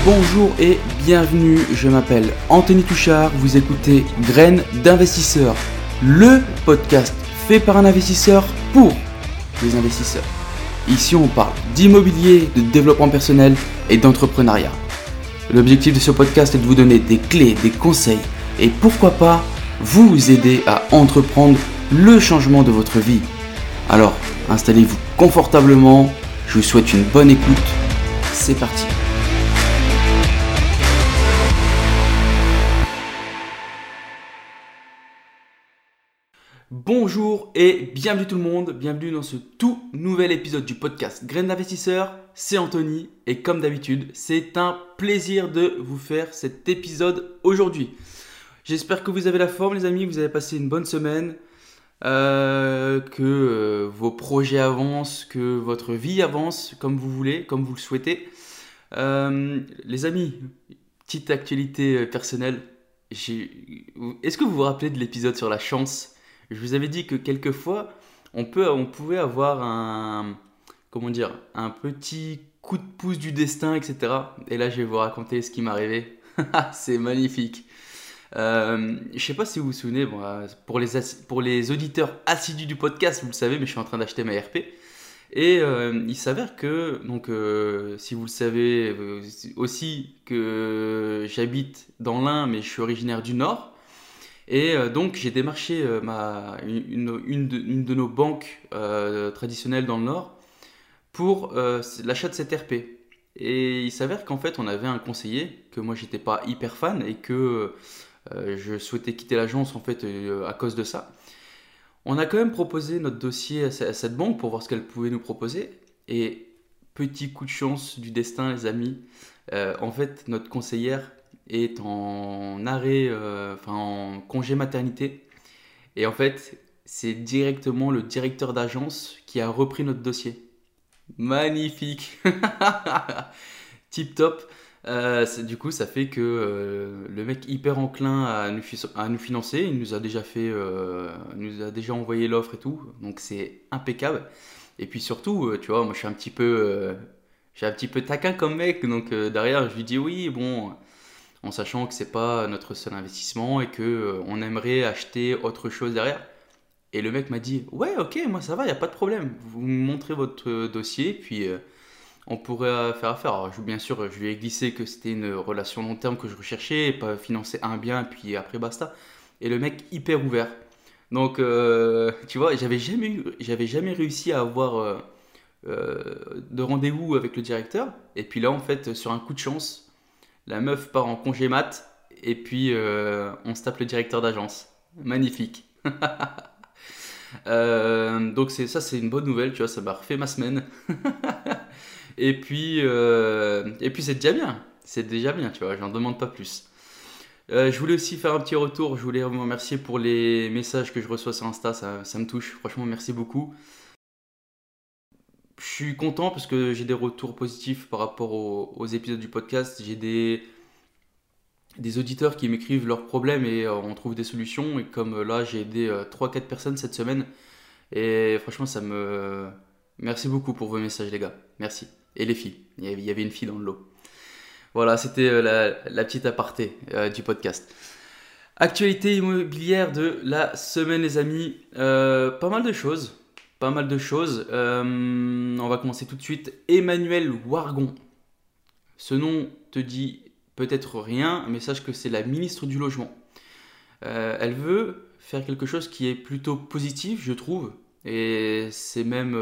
Bonjour et bienvenue, je m'appelle Anthony Touchard, vous écoutez Graines d'investisseurs, le podcast fait par un investisseur pour les investisseurs. Ici on parle d'immobilier, de développement personnel et d'entrepreneuriat. L'objectif de ce podcast est de vous donner des clés, des conseils et pourquoi pas vous aider à entreprendre le changement de votre vie. Alors installez-vous confortablement, je vous souhaite une bonne écoute, c'est parti. Bonjour et bienvenue tout le monde, bienvenue dans ce tout nouvel épisode du podcast Graines d'investisseurs, c'est Anthony et comme d'habitude, c'est un plaisir de vous faire cet épisode aujourd'hui. J'espère que vous avez la forme les amis, vous avez passé une bonne semaine, que vos projets avancent, que votre vie avance comme vous voulez, comme vous le souhaitez. Les amis, petite actualité personnelle, est-ce que vous vous rappelez de l'épisode sur la chance ? Je vous avais dit que quelquefois, on pouvait avoir un petit coup de pouce du destin, etc. Et là, je vais vous raconter ce qui m'est arrivé. C'est magnifique. Je ne sais pas si vous vous souvenez, pour les auditeurs assidus du podcast, vous le savez, mais je suis en train d'acheter ma RP. Et il s'avère que, si vous le savez aussi, que j'habite dans l'Ain, mais je suis originaire du Nord. Et donc j'ai démarché une de nos banques traditionnelles dans le Nord pour l'achat de cette RP. Et il s'avère qu'en fait on avait un conseiller, que moi j'étais pas hyper fan et que je souhaitais quitter l'agence en fait à cause de ça. On a quand même proposé notre dossier à cette banque pour voir ce qu'elle pouvait nous proposer. Et petit coup de chance du destin les amis, en fait notre conseillère est en arrêt, en congé maternité. Et en fait, c'est directement le directeur d'agence qui a repris notre dossier. Magnifique. Tip top. Du coup, ça fait que le mec hyper enclin à nous financer. Il nous a déjà envoyé l'offre et tout. Donc c'est impeccable. Et puis surtout, tu vois, moi je suis un petit peu taquin comme mec. Donc derrière, je lui dis oui, bon, en sachant que c'est pas notre seul investissement et que on aimerait acheter autre chose derrière. Et le mec m'a dit ouais, ok, moi ça va, y a pas de problème. Vous me montrez votre dossier, puis on pourrait faire affaire. Alors, bien sûr, je lui ai glissé que c'était une relation long terme que je recherchais, et pas financer un bien puis après basta. Et le mec hyper ouvert. Donc tu vois, j'avais jamais réussi à avoir de rendez-vous avec le directeur. Et puis là, en fait, sur un coup de chance. La meuf part en congé mat et puis on se tape le directeur d'agence. Magnifique. Donc c'est une bonne nouvelle, tu vois, ça m'a refait ma semaine. et puis c'est déjà bien. C'est déjà bien, tu vois, j'en demande pas plus. Je voulais aussi faire un petit retour, je voulais vous remercier pour les messages que je reçois sur Insta, ça me touche, franchement merci beaucoup. Je suis content parce que j'ai des retours positifs par rapport aux épisodes du podcast. J'ai des auditeurs qui m'écrivent leurs problèmes et on trouve des solutions. Et comme là, j'ai aidé 3-4 personnes cette semaine. Et franchement, merci beaucoup pour vos messages, les gars. Merci. Et les filles. Il y avait une fille dans le lot. Voilà, c'était la petite aparté du podcast. Actualité immobilière de la semaine, les amis. Pas mal de choses. On va commencer tout de suite. Emmanuelle Wargon. Ce nom te dit peut-être rien, mais sache que c'est la ministre du Logement. Elle veut faire quelque chose qui est plutôt positif, je trouve. Et c'est même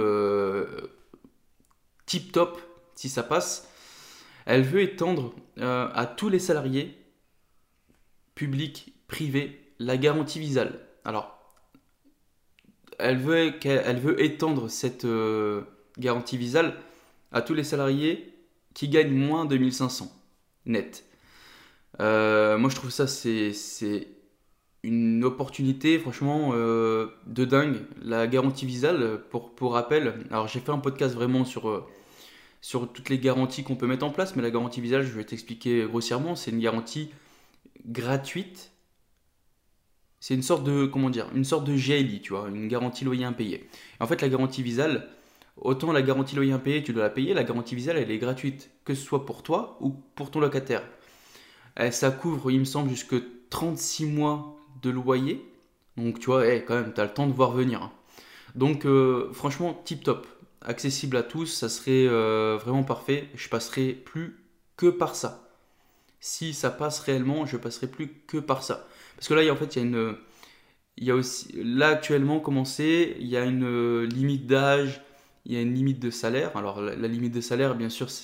tip top si ça passe. Elle veut étendre à tous les salariés, publics, privés, la garantie Visale. Alors, elle veut étendre cette garantie Visale à tous les salariés qui gagnent moins de 1500 net. Moi je trouve ça c'est une opportunité franchement de dingue. La garantie Visale, pour rappel, alors j'ai fait un podcast vraiment sur toutes les garanties qu'on peut mettre en place, mais la garantie Visale, je vais t'expliquer grossièrement, c'est une garantie gratuite. C'est une sorte de GLI, tu vois, une garantie loyer impayé. En fait, la garantie Visale, Autant la garantie loyer impayé, tu dois la payer, la garantie visuelle, elle est gratuite, que ce soit pour toi ou pour ton locataire. Ça couvre, il me semble, jusque 36 mois de loyer. Donc tu vois, quand même, tu as le temps de voir venir, hein. Donc franchement, tip top. Accessible à tous, ça serait vraiment parfait. Je passerai plus que par ça. Si ça passe réellement, je passerai plus que par ça. Parce que là, en fait, il y a aussi, là actuellement, commencé, il y a une limite d'âge, il y a une limite de salaire. Alors la limite de salaire, bien sûr,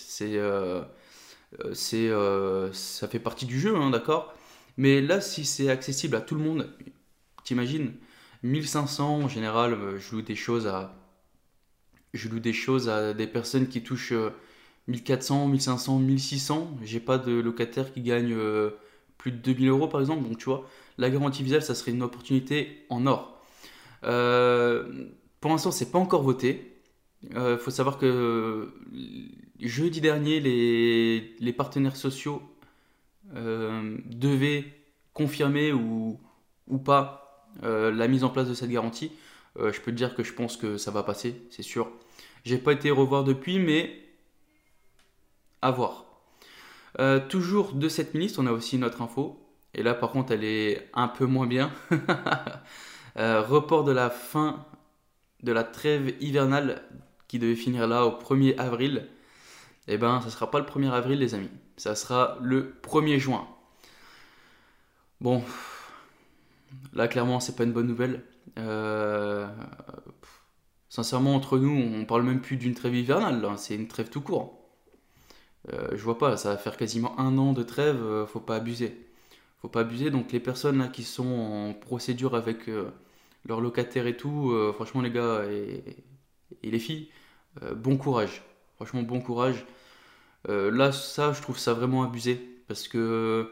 ça fait partie du jeu, hein, d'accord? Mais là, si c'est accessible à tout le monde, t'imagines, 1500 en général, je loue des choses à des personnes qui touchent 1400, 1500, 1600. J'ai pas de locataire qui gagne plus de 2000 euros par exemple. Donc tu vois, la garantie visuelle, ça serait une opportunité en or. Pour l'instant, c'est pas encore voté. Faut savoir que jeudi dernier, les partenaires sociaux devaient confirmer ou pas la mise en place de cette garantie. Je peux te dire que je pense que ça va passer, c'est sûr. J'ai pas été revoir depuis, mais à voir. Toujours de cette ministre, on a aussi une autre info. Et là, par contre, elle est un peu moins bien. Report de la fin de la trêve hivernale qui devait finir là au 1er avril. Eh ben, ça sera pas le 1er avril, les amis. Ça sera le 1er juin. Bon, là, clairement, c'est pas une bonne nouvelle. Sincèrement, entre nous, on parle même plus d'une trêve hivernale, là. C'est une trêve tout court. Je vois pas, ça va faire quasiment un an de trêve, faut pas abuser. Faut pas abuser, donc les personnes là qui sont en procédure avec leurs locataires et tout, franchement les gars et les filles, bon courage. Franchement, bon courage. Là, ça, je trouve ça vraiment abusé, parce que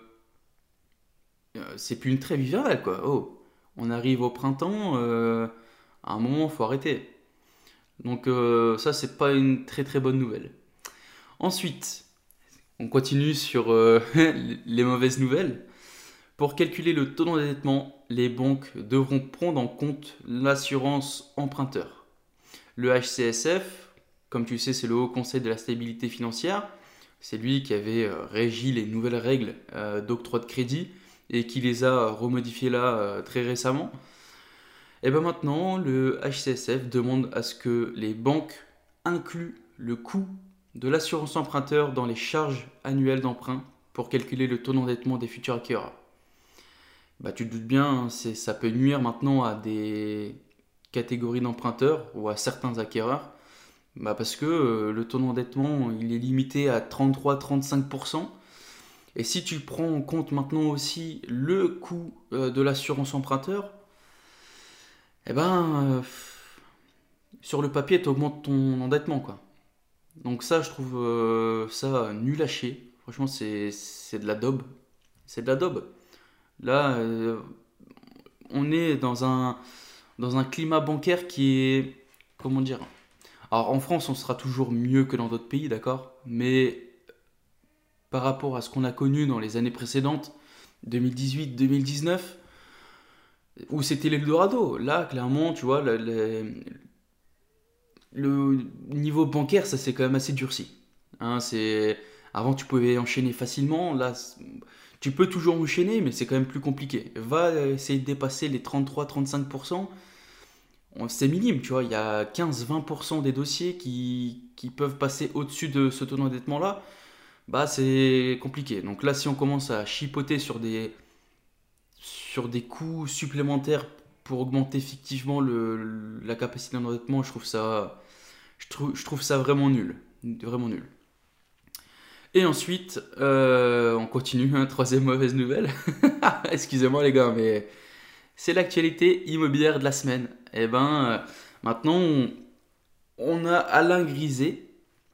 c'est plus une trêve hivernale, quoi. Oh, on arrive au printemps, à un moment, faut arrêter. Donc ça, c'est pas une très très bonne nouvelle. Ensuite, on continue sur les mauvaises nouvelles. Pour calculer le taux d'endettement, les banques devront prendre en compte l'assurance emprunteur. Le HCSF, comme tu le sais, c'est le Haut Conseil de la stabilité financière. C'est lui qui avait régi les nouvelles règles d'octroi de crédit et qui les a remodifiées là très récemment. Et bien maintenant, le HCSF demande à ce que les banques incluent le coût de l'assurance emprunteur dans les charges annuelles d'emprunt pour calculer le taux d'endettement des futurs acquéreurs. Bah, tu te doutes bien, hein, ça peut nuire maintenant à des catégories d'emprunteurs ou à certains acquéreurs, bah, parce que le taux d'endettement il est limité à 33-35%. Et si tu prends en compte maintenant aussi le coût de l'assurance emprunteur, eh ben, sur le papier, tu augmentes ton endettement, quoi. Donc ça, je trouve ça nul à chier. Franchement, c'est de la daube. C'est de la daube. Là, on est dans un climat bancaire qui est... Comment dire? Alors en France, on sera toujours mieux que dans d'autres pays, d'accord? Mais par rapport à ce qu'on a connu dans les années précédentes, 2018-2019, où c'était l'Eldorado, là, clairement, tu vois, le niveau bancaire, ça s'est quand même assez durci. Hein, avant, tu pouvais enchaîner facilement. Là, tu peux toujours enchaîner, mais c'est quand même plus compliqué. Va essayer de dépasser les 33-35%. C'est minime, tu vois. Il y a 15-20% des dossiers qui peuvent passer au-dessus de ce taux d'endettement-là. Bah, c'est compliqué. Donc là, si on commence à chipoter sur des coûts supplémentaires pour augmenter fictivement la capacité d'endettement, je trouve ça vraiment nul. Vraiment nul. Et ensuite, on continue, hein, troisième mauvaise nouvelle. Excusez-moi les gars, mais c'est l'actualité immobilière de la semaine. Et ben, maintenant, on a Alain Griset,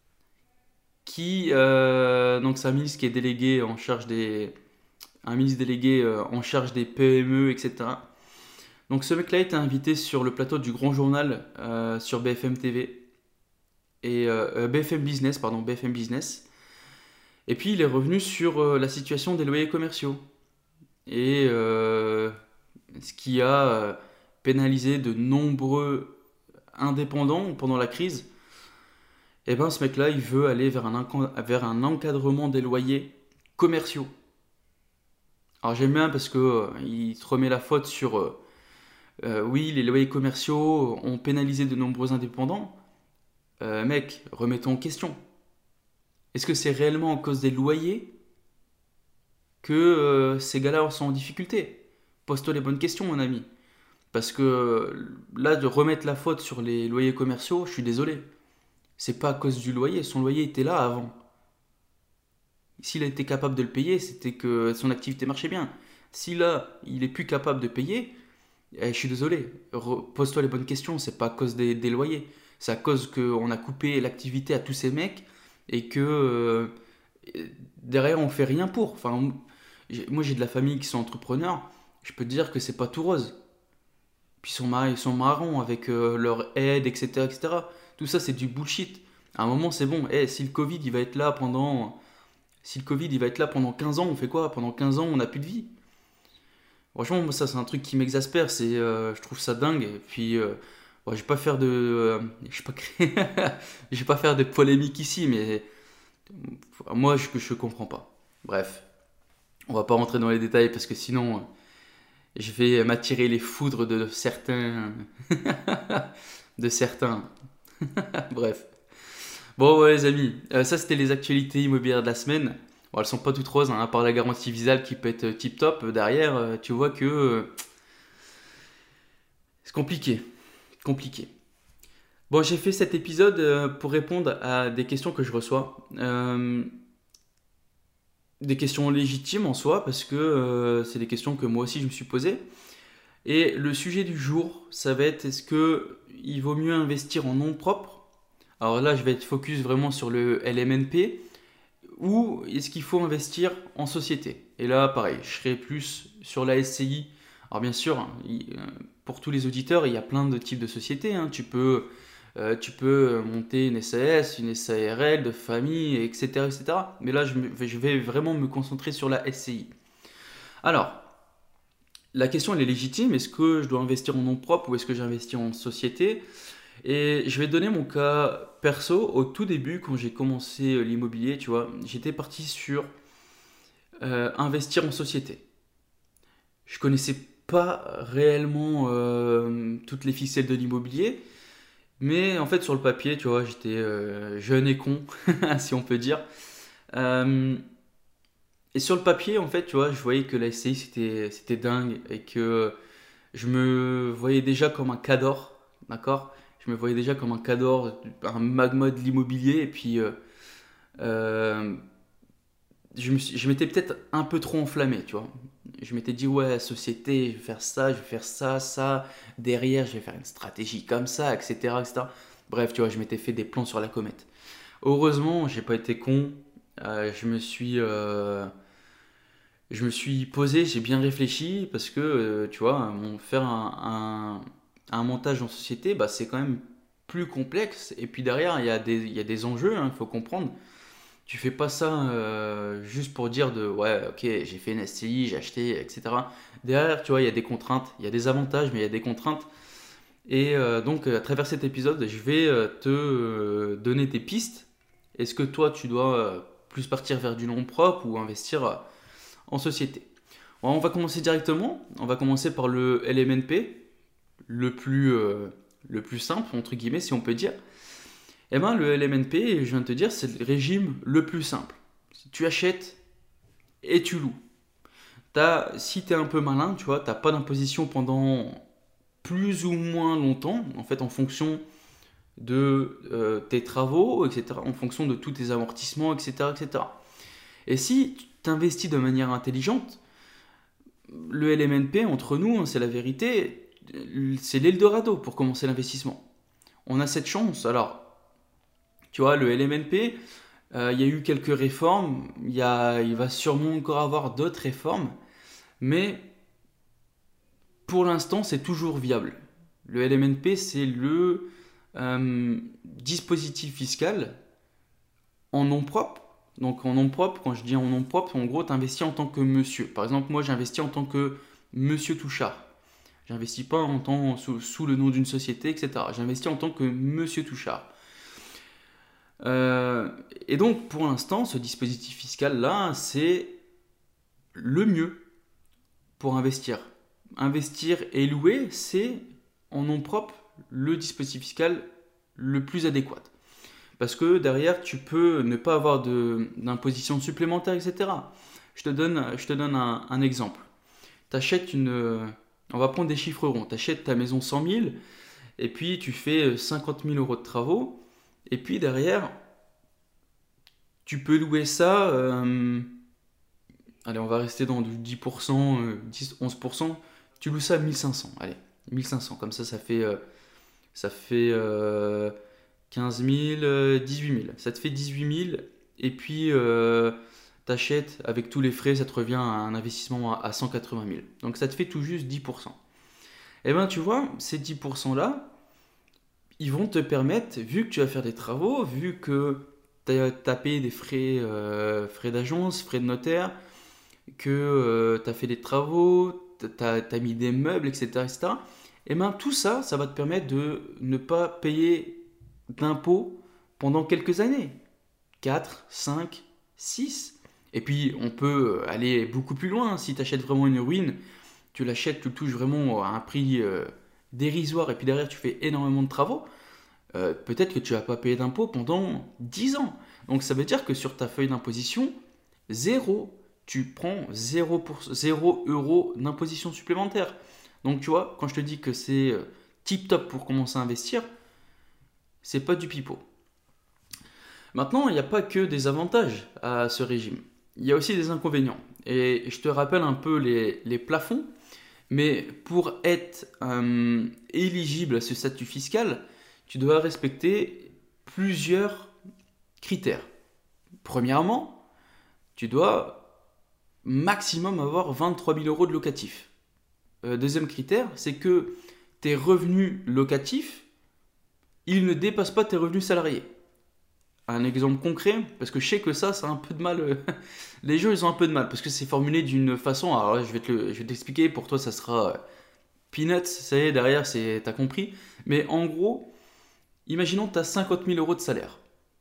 donc c'est un ministre qui est délégué en charge un ministre délégué en charge des PME, etc. Donc ce mec-là a été invité sur le plateau du Grand Journal sur BFM TV et BFM Business, pardon, BFM Business. Et puis il est revenu sur la situation des loyers commerciaux et ce qui a pénalisé de nombreux indépendants pendant la crise. Et ben ce mec-là, il veut aller vers un encadrement des loyers commerciaux. Alors j'aime bien parce que il te remet la faute sur oui, les loyers commerciaux ont pénalisé de nombreux indépendants. Mec, remettons en question. Est-ce que c'est réellement en cause des loyers que ces gars-là sont en difficulté? Pose-toi les bonnes questions, mon ami. Parce que là, de remettre la faute sur les loyers commerciaux, je suis désolé. C'est pas à cause du loyer. Son loyer était là avant. S'il a été capable de le payer, c'était que son activité marchait bien. Si là, il est plus capable de payer, je suis désolé. Pose-toi les bonnes questions. C'est pas à cause des loyers. C'est à cause qu'on a coupé l'activité à tous ces mecs et que derrière on fait rien pour. Enfin, moi j'ai de la famille qui sont entrepreneurs. Je peux te dire que c'est pas tout rose. Puis ils sont marrons avec leur aide, etc., etc. Tout ça, c'est du bullshit. À un moment, c'est bon. Si le Covid, il va être là pendant... Si le Covid, il va être là pendant 15 ans, on fait quoi? Pendant 15 ans, on n'a plus de vie. Franchement, moi, ça, c'est un truc qui m'exaspère. Je trouve ça dingue. Et puis, bon, je vais pas faire de... je vais pas créer... je vais pas faire de polémique ici, mais moi, je comprends pas. Bref, on va pas rentrer dans les détails parce que sinon, je vais m'attirer les foudres de certains... de certains. Bref. Bon, ouais, les amis, ça c'était les actualités immobilières de la semaine. Bon, elles sont pas toutes roses, hein, à part la garantie Visal qui peut être tip top. Derrière, tu vois que c'est compliqué. Compliqué. Bon, j'ai fait cet épisode pour répondre à des questions que je reçois. Des questions légitimes en soi, parce que c'est des questions que moi aussi je me suis posées. Et le sujet du jour, ça va être est-ce que il vaut mieux investir en nom propre? Alors là, je vais être focus vraiment sur le LMNP ou est-ce qu'il faut investir en société? Et là, pareil, je serai plus sur la SCI. Alors bien sûr, hein, pour tous les auditeurs, il y a plein de types de sociétés, hein. Tu peux monter une SAS, une SARL de famille, etc., etc. Mais là, je vais vraiment me concentrer sur la SCI. Alors, la question elle est légitime. Est-ce que je dois investir en nom propre ou est-ce que j'investis en société? Et je vais donner mon cas perso. Au tout début, quand j'ai commencé l'immobilier, tu vois, j'étais parti sur investir en société. Je connaissais pas réellement toutes les ficelles de l'immobilier, mais en fait sur le papier, tu vois, j'étais jeune et con, si on peut dire. Euh, et sur le papier, en fait, tu vois, je voyais que la SCI c'était dingue et que je me voyais déjà comme un cador, d'accord? Je me voyais déjà comme un cador, un magma de l'immobilier et puis euh, je m'étais peut-être un peu trop enflammé, tu vois. Je m'étais dit, ouais, société, je vais faire ça, ça. Derrière, je vais faire une stratégie comme ça, etc., etc. Bref, tu vois, je m'étais fait des plans sur la comète. Heureusement, j'ai pas été con. Je me suis posé, j'ai bien réfléchi parce que, tu vois, faire un montage en société, bah, c'est quand même plus complexe. Et puis derrière, il y a des enjeux, il faut comprendre. Tu fais pas ça juste pour dire de ouais, ok, j'ai fait une SCI, j'ai acheté, etc. Derrière, tu vois, il y a des contraintes, il y a des avantages, mais il y a des contraintes. Et donc, à travers cet épisode, je vais te donner des pistes. Est-ce que toi, tu dois plus partir vers du nom propre ou investir en société? Bon, on va commencer directement. On va commencer par le LMNP, le plus simple, entre guillemets, si on peut dire. Eh ben, le LMNP, je viens de te dire, c'est le régime le plus simple. Tu achètes et tu loues. Si tu es un peu malin, tu vois, tu n'as pas d'imposition pendant plus ou moins longtemps, en fait, en fonction de tes travaux, etc., en fonction de tous tes amortissements, etc., etc. Et si tu t'investis de manière intelligente, le LMNP, entre nous, hein, c'est la vérité, c'est l'Eldorado pour commencer l'investissement. On a cette chance. Alors, tu vois, le LMNP, il y a eu quelques réformes, il va sûrement encore avoir d'autres réformes, mais pour l'instant, c'est toujours viable. Le LMNP, c'est le dispositif fiscal en nom propre. Donc en nom propre, quand je dis en nom propre, en gros, tu investis en tant que monsieur. Par exemple, moi, j'investis en tant que monsieur Touchard. J'investis pas sous le nom d'une société, etc. J'investis en tant que monsieur Touchard. Euh, et donc, pour l'instant, ce dispositif fiscal-là, c'est le mieux pour investir. Investir et louer, c'est en nom propre le dispositif fiscal le plus adéquat. Parce que derrière, tu peux ne pas avoir d'imposition supplémentaire, etc. Je te donne un exemple. T'achètes on va prendre des chiffres ronds. Tu achètes ta maison 100 000 et puis tu fais 50 000 euros de travaux. Et puis derrière, tu peux louer ça. Allez, on va rester dans du 10%, 10, 11%. Tu loues ça à 1500. Allez, 1500. Comme ça fait 15 000, 18 000. Ça te fait 18 000. Et puis, t'achètes avec tous les frais, ça te revient à un investissement à 180 000. Donc, ça te fait tout juste 10%. Et bien, tu vois, ces 10% là, ils vont te permettre, vu que tu vas faire des travaux, vu que tu as payé des frais d'agence, frais de notaire, que tu as fait des travaux, tu as mis des meubles, etc., etc., et bien tout ça, ça va te permettre de ne pas payer d'impôts pendant quelques années. 4, 5, 6. Et puis on peut aller beaucoup plus loin. Si tu achètes vraiment une ruine, tu l'achètes, tu le touches vraiment à un prix dérisoire, et puis derrière tu fais énormément de travaux, peut-être que tu vas pas payer d'impôts pendant 10 ans. Donc ça veut dire que sur ta feuille d'imposition, zéro, tu prends 0 euros d'imposition supplémentaire. Donc tu vois, quand je te dis que c'est tip top pour commencer à investir, c'est pas du pipeau. Maintenant, il n'y a pas que des avantages à ce régime. Il y a aussi des inconvénients. Et je te rappelle un peu les plafonds. Mais pour être éligible à ce statut fiscal, tu dois respecter plusieurs critères. Premièrement, tu dois maximum avoir 23 000 euros de locatif. Deuxième critère, c'est que tes revenus locatifs, ils ne dépassent pas tes revenus salariés. Un exemple concret, parce que je sais que ça a un peu de mal. Les gens, ils ont un peu de mal, parce que c'est formulé d'une façon. Alors là, je vais t'expliquer, pour toi, ça sera peanuts, ça y est, derrière, t'as compris. Mais en gros, imaginons que tu as 50 000 euros de salaire.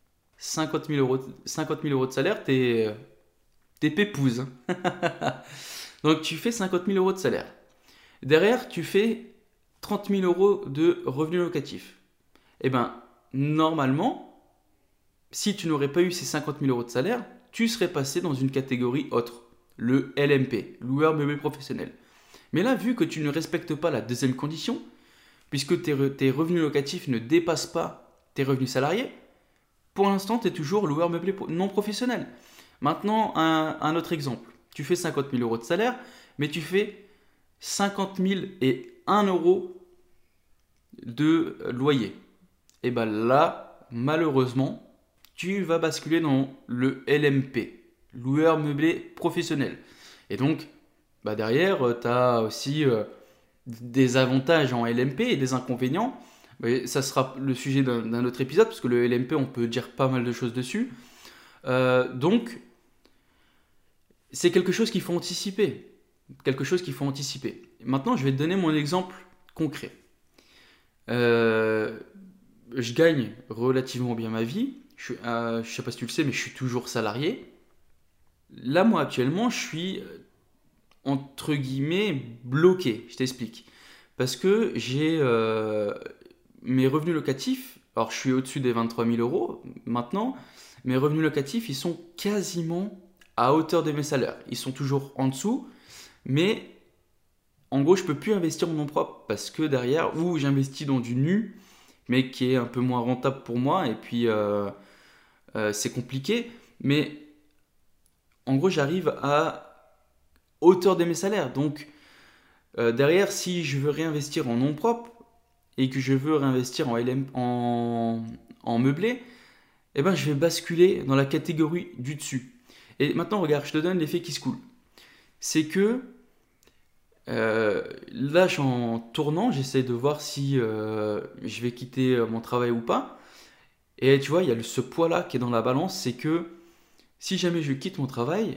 50 000 euros de salaire, t'es pépouze. Donc tu fais 50 000 euros de salaire. Derrière, tu fais 30 000 euros de revenus locatifs. Eh bien, normalement, si tu n'aurais pas eu ces 50 000 euros de salaire, tu serais passé dans une catégorie autre, le LMP, loueur meublé professionnel. Mais là, vu que tu ne respectes pas la deuxième condition, puisque tes revenus locatifs ne dépassent pas tes revenus salariés, pour l'instant, tu es toujours loueur meublé non professionnel. Maintenant, un autre exemple. Tu fais 50 000 euros de salaire, mais tu fais 50 001 euros de loyer. Et bien là, malheureusement, tu vas basculer dans le LMP, loueur meublé professionnel. Et donc, derrière, tu as aussi des avantages en LMP et des inconvénients. Mais ça sera le sujet d'un autre épisode, parce que le LMP, on peut dire pas mal de choses dessus. Donc, c'est quelque chose qu'il faut anticiper. Quelque chose qu'il faut anticiper. Maintenant, je vais te donner mon exemple concret. Je gagne relativement bien ma vie. Je ne sais pas si tu le sais, mais je suis toujours salarié. Là, moi, actuellement, je suis, entre guillemets, bloqué. Je t'explique. Parce que j'ai mes revenus locatifs. Alors, je suis au-dessus des 23 000 euros maintenant. Mes revenus locatifs, ils sont quasiment à hauteur de mes salaires. Ils sont toujours en dessous. Mais en gros, je peux plus investir en nom propre parce que derrière, ou j'investis dans du nu, mais qui est un peu moins rentable pour moi, et puis c'est compliqué. Mais en gros, j'arrive à hauteur de mes salaires. Donc derrière, si je veux réinvestir en nom propre et que je veux réinvestir en meublé, eh ben, je vais basculer dans la catégorie du dessus. Et maintenant, regarde, je te donne l'effet qui se coule. C'est que là, en tournant, j'essaie de voir si je vais quitter mon travail ou pas. Et tu vois, il y a ce poids-là qui est dans la balance, c'est que si jamais je quitte mon travail,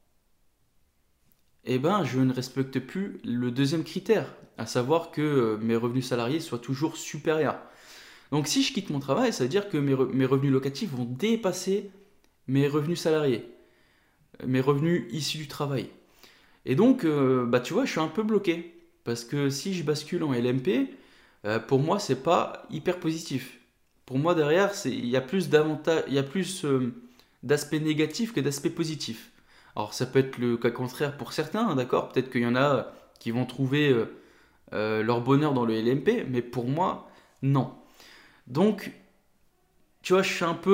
eh ben, je ne respecte plus le deuxième critère, à savoir que mes revenus salariés soient toujours supérieurs. Donc si je quitte mon travail, ça veut dire que mes revenus locatifs vont dépasser mes revenus salariés, mes revenus issus du travail. Et donc, bah, tu vois, je suis un peu bloqué. Parce que si je bascule en LMP, pour moi, c'est pas hyper positif. Pour moi, derrière, il y a plus d'avantages, il y a plus d'aspects négatifs que d'aspects positifs. Alors, ça peut être le cas contraire pour certains, hein, d'accord? Peut-être qu'il y en a qui vont trouver leur bonheur dans le LMP, mais pour moi, non. Donc, tu vois,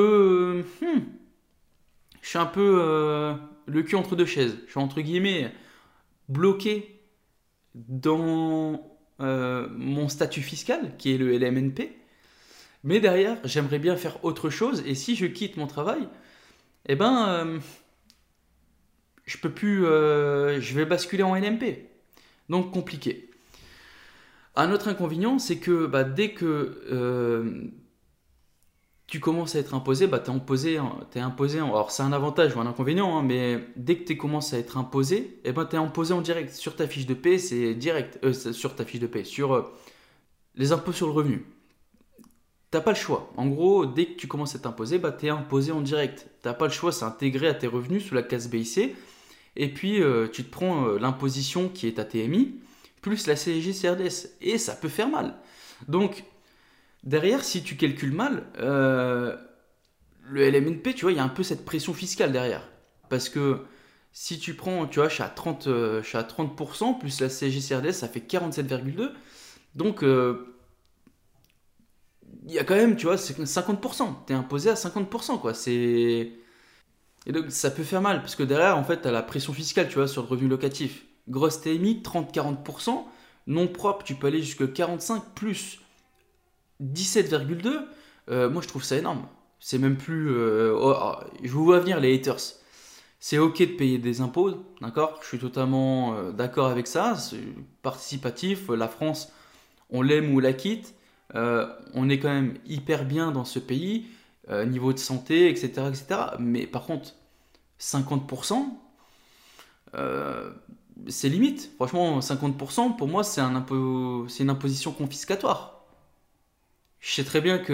je suis un peu le cul entre deux chaises. Je suis entre guillemets bloqué dans mon statut fiscal, qui est le LMNP. Mais derrière, j'aimerais bien faire autre chose. Et si je quitte mon travail, eh ben, je peux plus, je vais basculer en LMP. Donc compliqué. Un autre inconvénient, c'est que bah, dès que tu commences à être imposé, bah, t'es imposé alors c'est un avantage ou un inconvénient, hein, mais dès que tu commences à être imposé, eh ben, tu es imposé en direct. Sur ta fiche de paie, c'est direct. Sur ta fiche de paie, sur les impôts sur le revenu. T'as pas le choix. En gros, dès que tu commences à t'imposer, bah, tu es imposé en direct. T'as pas le choix, c'est intégré à tes revenus sous la case BIC. Et puis, tu te prends l'imposition qui est ta TMI, plus la CSG-CRDS. Et ça peut faire mal. Donc, derrière, si tu calcules mal, le LMNP, tu vois, il y a un peu cette pression fiscale derrière. Parce que si tu prends, tu vois, je suis à 30%, plus la CSG-CRDS, ça fait 47,2. Donc, il y a quand même, tu vois, c'est 50%. Tu es imposé à 50%, quoi. Et donc, ça peut faire mal, parce que derrière, en fait, tu as la pression fiscale, tu vois, sur le revenu locatif. Grosse TMI, 30-40%. Non propre, tu peux aller jusqu'à 45, plus 17,2. Moi, je trouve ça énorme. C'est même plus... je vous vois venir, les haters. C'est ok de payer des impôts, d'accord? Je suis totalement d'accord avec ça. C'est participatif. La France, on l'aime ou la quitte. On est quand même hyper bien dans ce pays, niveau de santé, etc., etc. Mais par contre, 50%, c'est limite. Franchement, 50%, pour moi, c'est une imposition confiscatoire. Je sais très bien que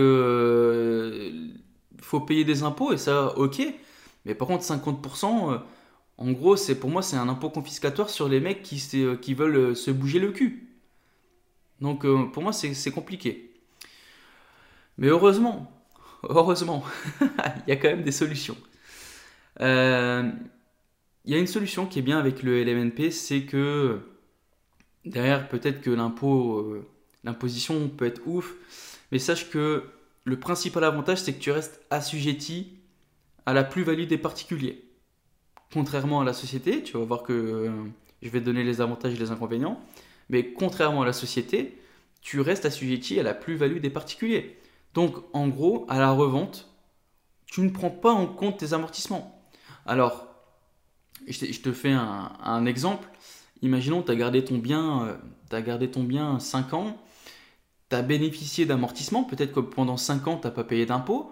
faut payer des impôts et ça, ok. Mais par contre, 50%, en gros, pour moi, c'est un impôt confiscatoire sur les mecs qui veulent se bouger le cul. Donc, pour moi, c'est compliqué. Mais heureusement, il y a quand même des solutions. Euh, Il y a une solution qui est bien avec le LMNP, c'est que derrière, peut-être que l'imposition peut être ouf, mais sache que le principal avantage, c'est que tu restes assujetti à la plus-value des particuliers. Contrairement à la société, tu vas voir que je vais te donner les avantages et les inconvénients, mais contrairement à la société, tu restes assujetti à la plus-value des particuliers. Donc, en gros, à la revente, tu ne prends pas en compte tes amortissements. Alors, je te fais un exemple. Imaginons, tu as gardé ton bien 5 ans, tu as bénéficié d'amortissement, peut-être que pendant 5 ans, tu n'as pas payé d'impôts.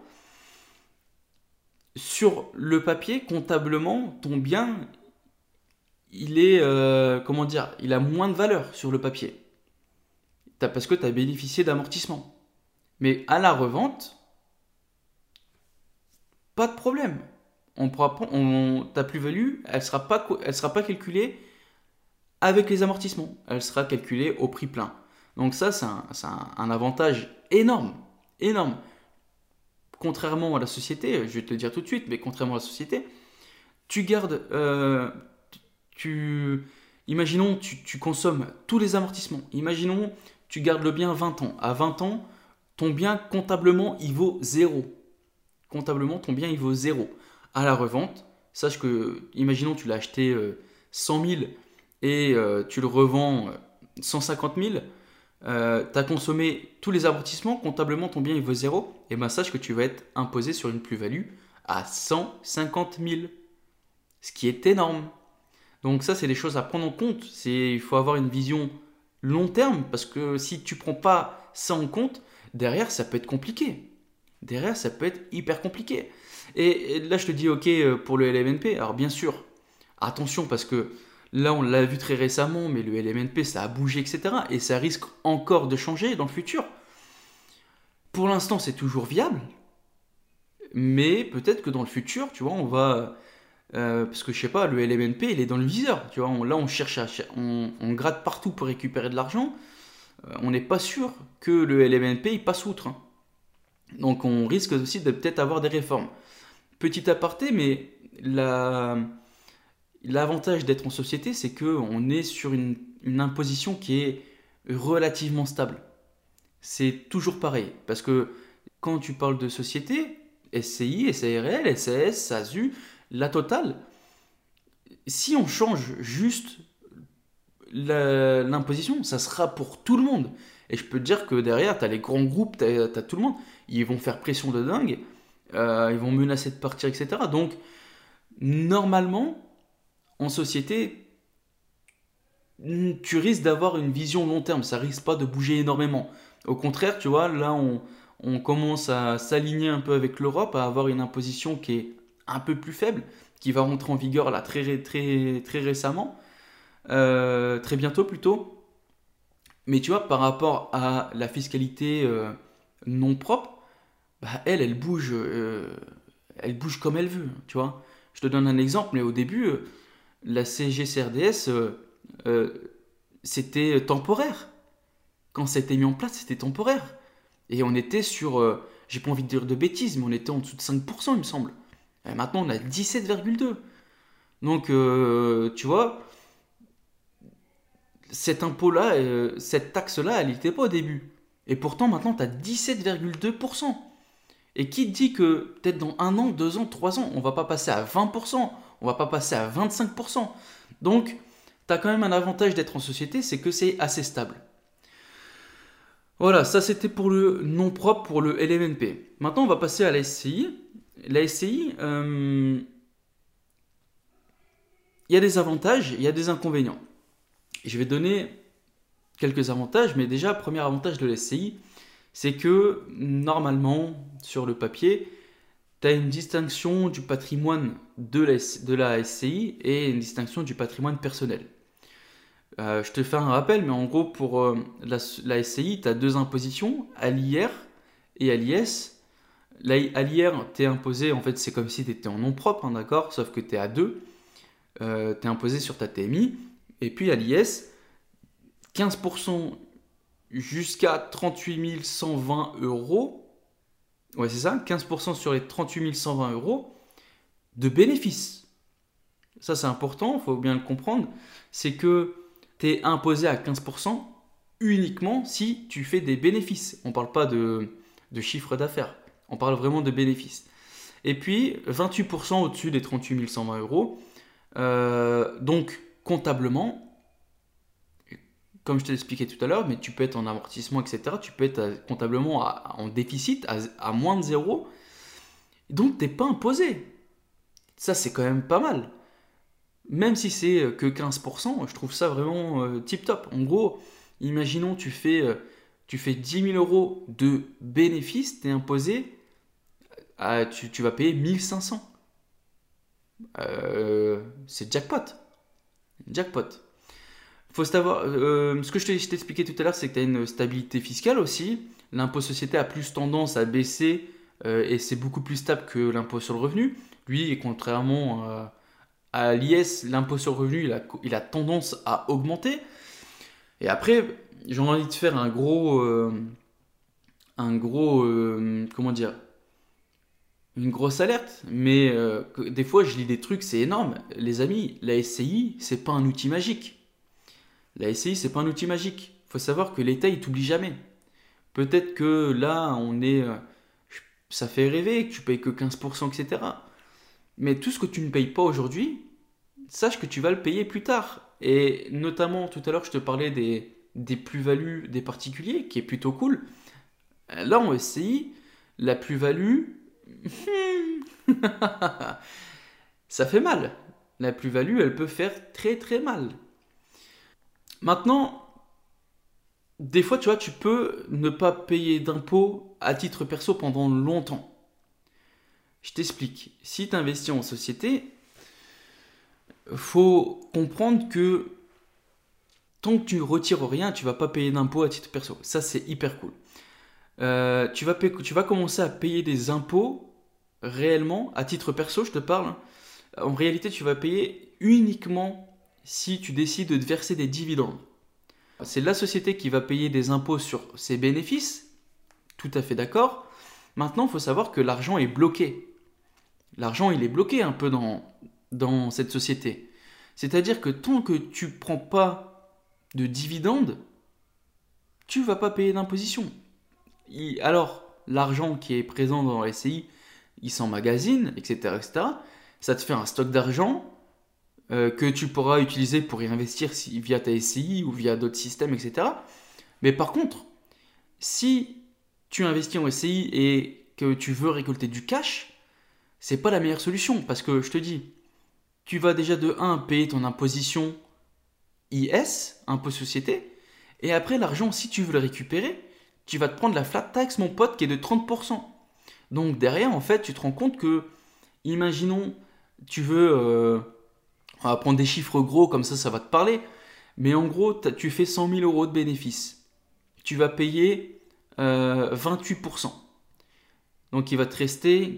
Sur le papier, comptablement, ton bien, il est, comment dire, il a moins de valeur sur le papier. Parce que tu as bénéficié d'amortissement. Mais à la revente, pas de problème. Ta plus-value, elle sera pas calculée avec les amortissements. Elle sera calculée au prix plein. Donc ça, c'est un avantage énorme. Énorme. Contrairement à la société, je vais te le dire tout de suite, mais contrairement à la société, tu gardes... imaginons, tu consommes tous les amortissements. Imaginons, tu gardes le bien 20 ans. À 20 ans, ton bien, comptablement, il vaut 0. Comptablement, ton bien, il vaut 0. À la revente, sache que, imaginons, tu l'as acheté 100 000 et tu le revends 150 000, tu as consommé tous les amortissements, comptablement ton bien il vaut 0, et bien sache que tu vas être imposé sur une plus-value à 150 000, ce qui est énorme. Donc ça, c'est des choses à prendre en compte. Il faut avoir une vision long terme, parce que si tu ne prends pas ça en compte, derrière, ça peut être compliqué. Derrière, ça peut être hyper compliqué. Et là, je te dis, ok, pour le LMNP, alors bien sûr, attention, parce que là, on l'a vu très récemment, mais le LMNP, ça a bougé, etc. Et ça risque encore de changer dans le futur. Pour l'instant, c'est toujours viable, mais peut-être que dans le futur, tu vois, on va... parce que je sais pas, le LMNP, il est dans le viseur, tu vois. Là, on cherche on gratte partout pour récupérer de l'argent. On n'est pas sûr que le LMNP, il passe outre, hein. Donc on risque aussi de peut-être avoir des réformes. Petit aparté, mais l'avantage d'être en société, c'est qu'on est sur une imposition qui est relativement stable. C'est toujours pareil. Parce que quand tu parles de société, SCI, SARL, SAS, SASU, la totale, si on change juste l'imposition, ça sera pour tout le monde. Et je peux te dire que derrière, tu as les grands groupes, tu as tout le monde. Ils vont faire pression de dingue, ils vont menacer de partir, etc. Donc, normalement, en société, tu risques d'avoir une vision long terme. Ça risque pas de bouger énormément. Au contraire, tu vois, là, on commence à s'aligner un peu avec l'Europe, à avoir une imposition qui est un peu plus faible, qui va rentrer en vigueur là très récemment, très bientôt plutôt. Mais tu vois, par rapport à la fiscalité non propre, bah, elle bouge comme elle veut, tu vois. Je te donne un exemple, mais au début, la CGCRDS, euh, c'était temporaire. Quand ça a été mis en place, c'était temporaire. Et on était sur, j'ai pas envie de dire de bêtises, mais on était en dessous de 5%, il me semble. Et maintenant, on a 17,2. Donc, tu vois, cet impôt-là, cette taxe-là, elle n'était pas au début. Et pourtant, maintenant, tu as 17,2%. Et qui te dit que peut-être dans 1 an, 2 ans, 3 ans, on va pas passer à 20%, on va pas passer à 25%. Donc, tu as quand même un avantage d'être en société, c'est que c'est assez stable. Voilà, ça c'était pour le nom propre, pour le LMNP. Maintenant, on va passer à la SCI. La SCI, il y a des avantages, il y a des inconvénients. Je vais donner quelques avantages, mais déjà, premier avantage de la SCI, c'est que normalement, sur le papier, tu as une distinction du patrimoine de la SCI et une distinction du patrimoine personnel. Je te fais un rappel, mais en gros, pour la SCI, tu as deux impositions, à l'IR et à l'IS. À l'IR, tu es imposé, en fait, c'est comme si tu étais en nom propre, hein, d'accord? Sauf que tu es à deux. Tu es imposé sur ta TMI. Et puis à l'IS, 15% jusqu'à 38 120 euros. Ouais, c'est ça, 15% sur les 38 120 euros de bénéfices. Ça, c'est important, il faut bien le comprendre. C'est que tu es imposé à 15% uniquement si tu fais des bénéfices. On ne parle pas de chiffre d'affaires, on parle vraiment de bénéfices. Et puis 28% au-dessus des 38 120 euros. Donc comptablement, comme je t'ai expliqué tout à l'heure, mais tu peux être en amortissement, etc. Tu peux être comptablement en déficit, à moins de zéro. Donc tu n'es pas imposé. Ça, c'est quand même pas mal. Même si c'est que 15%, je trouve ça vraiment tip top. En gros, imaginons tu fais 10 000 euros de bénéfices, tu es imposé, tu vas payer 1500. C'est jackpot. Jackpot. Faut savoir, ce que je t'ai expliqué tout à l'heure, c'est que tu as une stabilité fiscale aussi. L'impôt société a plus tendance à baisser et c'est beaucoup plus stable que l'impôt sur le revenu. Lui, contrairement à l'IS, l'impôt sur le revenu, il a tendance à augmenter. Et après, j'ai envie de faire comment dire, une grosse alerte. Mais des fois, je lis des trucs, c'est énorme. Les amis, la SCI, c'est pas un outil magique. La SCI, c'est pas un outil magique. Il faut savoir que l'État, il t'oublie jamais. Peut-être que là, ça fait rêver, que tu payes que 15%, etc. Mais tout ce que tu ne payes pas aujourd'hui, sache que tu vas le payer plus tard. Et notamment, tout à l'heure, je te parlais des plus-values des particuliers, qui est plutôt cool. Là, en SCI, la plus-value, ça fait mal. La plus-value, elle peut faire très très mal. Maintenant, des fois, tu vois, tu peux ne pas payer d'impôts à titre perso pendant longtemps. Je t'explique. Si tu investis en société, faut comprendre que tant que tu ne retires rien, tu vas pas payer d'impôts à titre perso. Ça, c'est hyper cool. tu vas commencer à payer des impôts réellement, à titre perso, je te parle. En réalité, tu vas payer uniquement si tu décides de te verser des dividendes. C'est la société qui va payer des impôts sur ses bénéfices, tout à fait d'accord. Maintenant, il faut savoir que l'argent est bloqué. L'argent, il est bloqué un peu dans cette société. C'est-à-dire que tant que tu ne prends pas de dividendes, tu ne vas pas payer d'imposition. Alors, l'argent qui est présent dans la SCI, il s'emmagasine, etc., etc. Ça te fait un stock d'argent que tu pourras utiliser pour y investir via ta SCI ou via d'autres systèmes, etc. Mais par contre, si tu investis en SCI et que tu veux récolter du cash, c'est pas la meilleure solution parce que je te dis, tu vas déjà de 1 payer ton imposition IS, impôt société, et après l'argent, si tu veux le récupérer, tu vas te prendre la flat tax, mon pote, qui est de 30%. Donc derrière, en fait, tu te rends compte que, imaginons, tu veux, on va prendre des chiffres gros, comme ça va te parler, mais en gros, tu fais 100 000 euros de bénéfices. Tu vas payer 28%. Donc il va te rester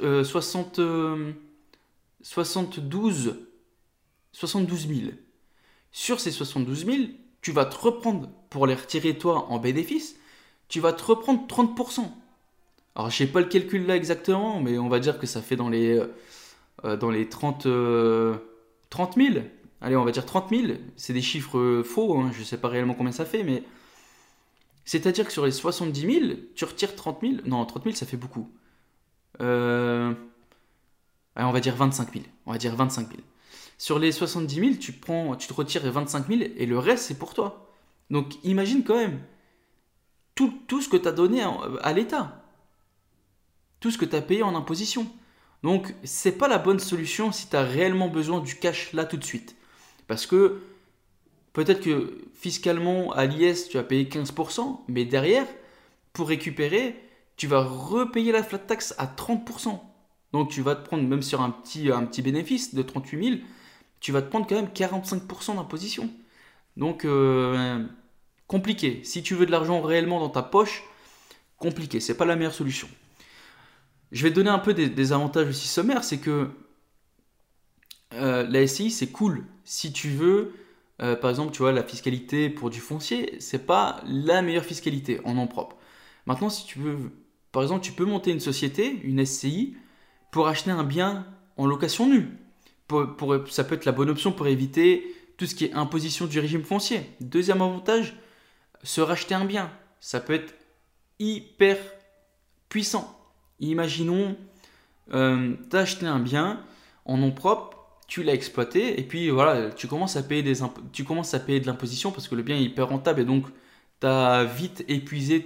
72 000. Sur ces 72 000, tu vas te reprendre, pour les retirer toi en bénéfice, tu vas te reprendre 30%. Alors je sais pas le calcul là exactement, mais on va dire que ça fait dans les 30 000. Allez, on va dire 30 000. C'est des chiffres faux, hein, je sais pas réellement combien ça fait, mais c'est-à-dire que sur les 70 000, tu retires 30 000. Non, 30 000, ça fait beaucoup. Allez, on va dire 25 000. On va dire 25 000. Sur les 70 000, tu te retires les 25 000 et le reste, c'est pour toi. Donc imagine quand même tout ce que tu as donné à l'État. Tout ce que tu as payé en imposition. Donc c'est pas la bonne solution si tu as réellement besoin du cash là tout de suite. Parce que peut-être que fiscalement à l'IS tu as payé 15%, mais derrière, pour récupérer, tu vas repayer la flat tax à 30%. Donc tu vas te prendre, même sur un petit bénéfice de 38 000, tu vas te prendre quand même 45% d'imposition. Donc compliqué. Si tu veux de l'argent réellement dans ta poche, compliqué. C'est pas la meilleure solution. Je vais te donner un peu des avantages aussi sommaires, c'est que la SCI c'est cool. Si tu veux, par exemple, tu vois, la fiscalité pour du foncier, c'est pas la meilleure fiscalité en nom propre. Maintenant, si tu veux, par exemple, tu peux monter une société, une SCI, pour acheter un bien en location nue. Ça peut être la bonne option pour éviter tout ce qui est imposition du régime foncier. Deuxième avantage, se racheter un bien. Ça peut être hyper puissant. Imaginons, tu as acheté un bien en nom propre, tu l'as exploité, et puis voilà, tu commences à payer de l'imposition parce que le bien est hyper rentable et donc tu as vite épuisé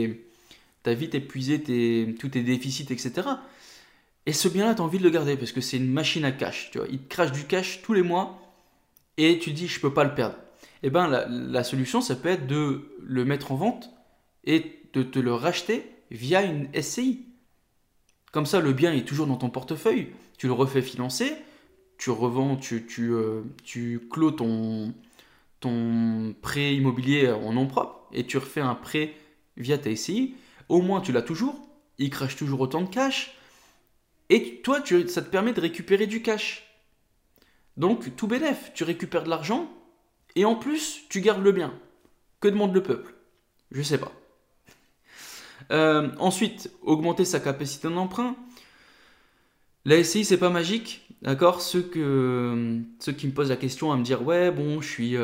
tous tes déficits, etc. Et ce bien-là, tu as envie de le garder parce que c'est une machine à cash. Tu vois, il te crache du cash tous les mois et tu te dis, je peux pas le perdre. Et bien, la solution, ça peut être de le mettre en vente et de te le racheter via une SCI. Comme ça, le bien est toujours dans ton portefeuille. Tu le refais financer, tu revends, tu clôt ton prêt immobilier en nom propre et tu refais un prêt via ta SCI. Au moins, tu l'as toujours. Il crache toujours autant de cash. Et toi, ça te permet de récupérer du cash. Donc, tout bénef, tu récupères de l'argent et en plus, tu gardes le bien. Que demande le peuple? Je sais pas. Ensuite, augmenter sa capacité d'emprunt. La SCI, c'est pas magique, d'accord? Ceux qui me posent la question à me dire, ouais, bon,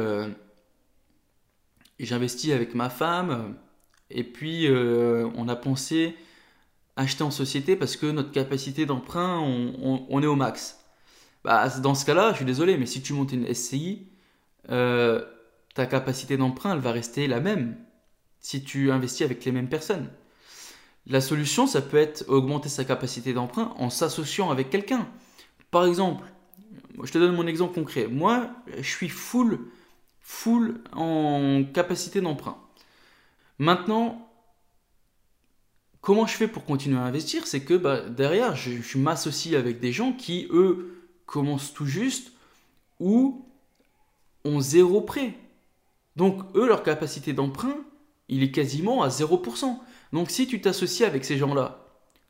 j'investis avec ma femme, et puis on a pensé acheter en société parce que notre capacité d'emprunt, on est au max. Bah, dans ce cas-là, je suis désolé, mais si tu montes une SCI, ta capacité d'emprunt, elle va rester la même si tu investis avec les mêmes personnes. La solution, ça peut être augmenter sa capacité d'emprunt en s'associant avec quelqu'un. Par exemple, je te donne mon exemple concret. Moi, je suis full en capacité d'emprunt. Maintenant, comment je fais pour continuer à investir? C'est que derrière, je m'associe avec des gens qui, eux, commencent tout juste ou ont 0 prêt. Donc, eux, leur capacité d'emprunt, il est quasiment à 0%. Donc si tu t'associes avec ces gens-là,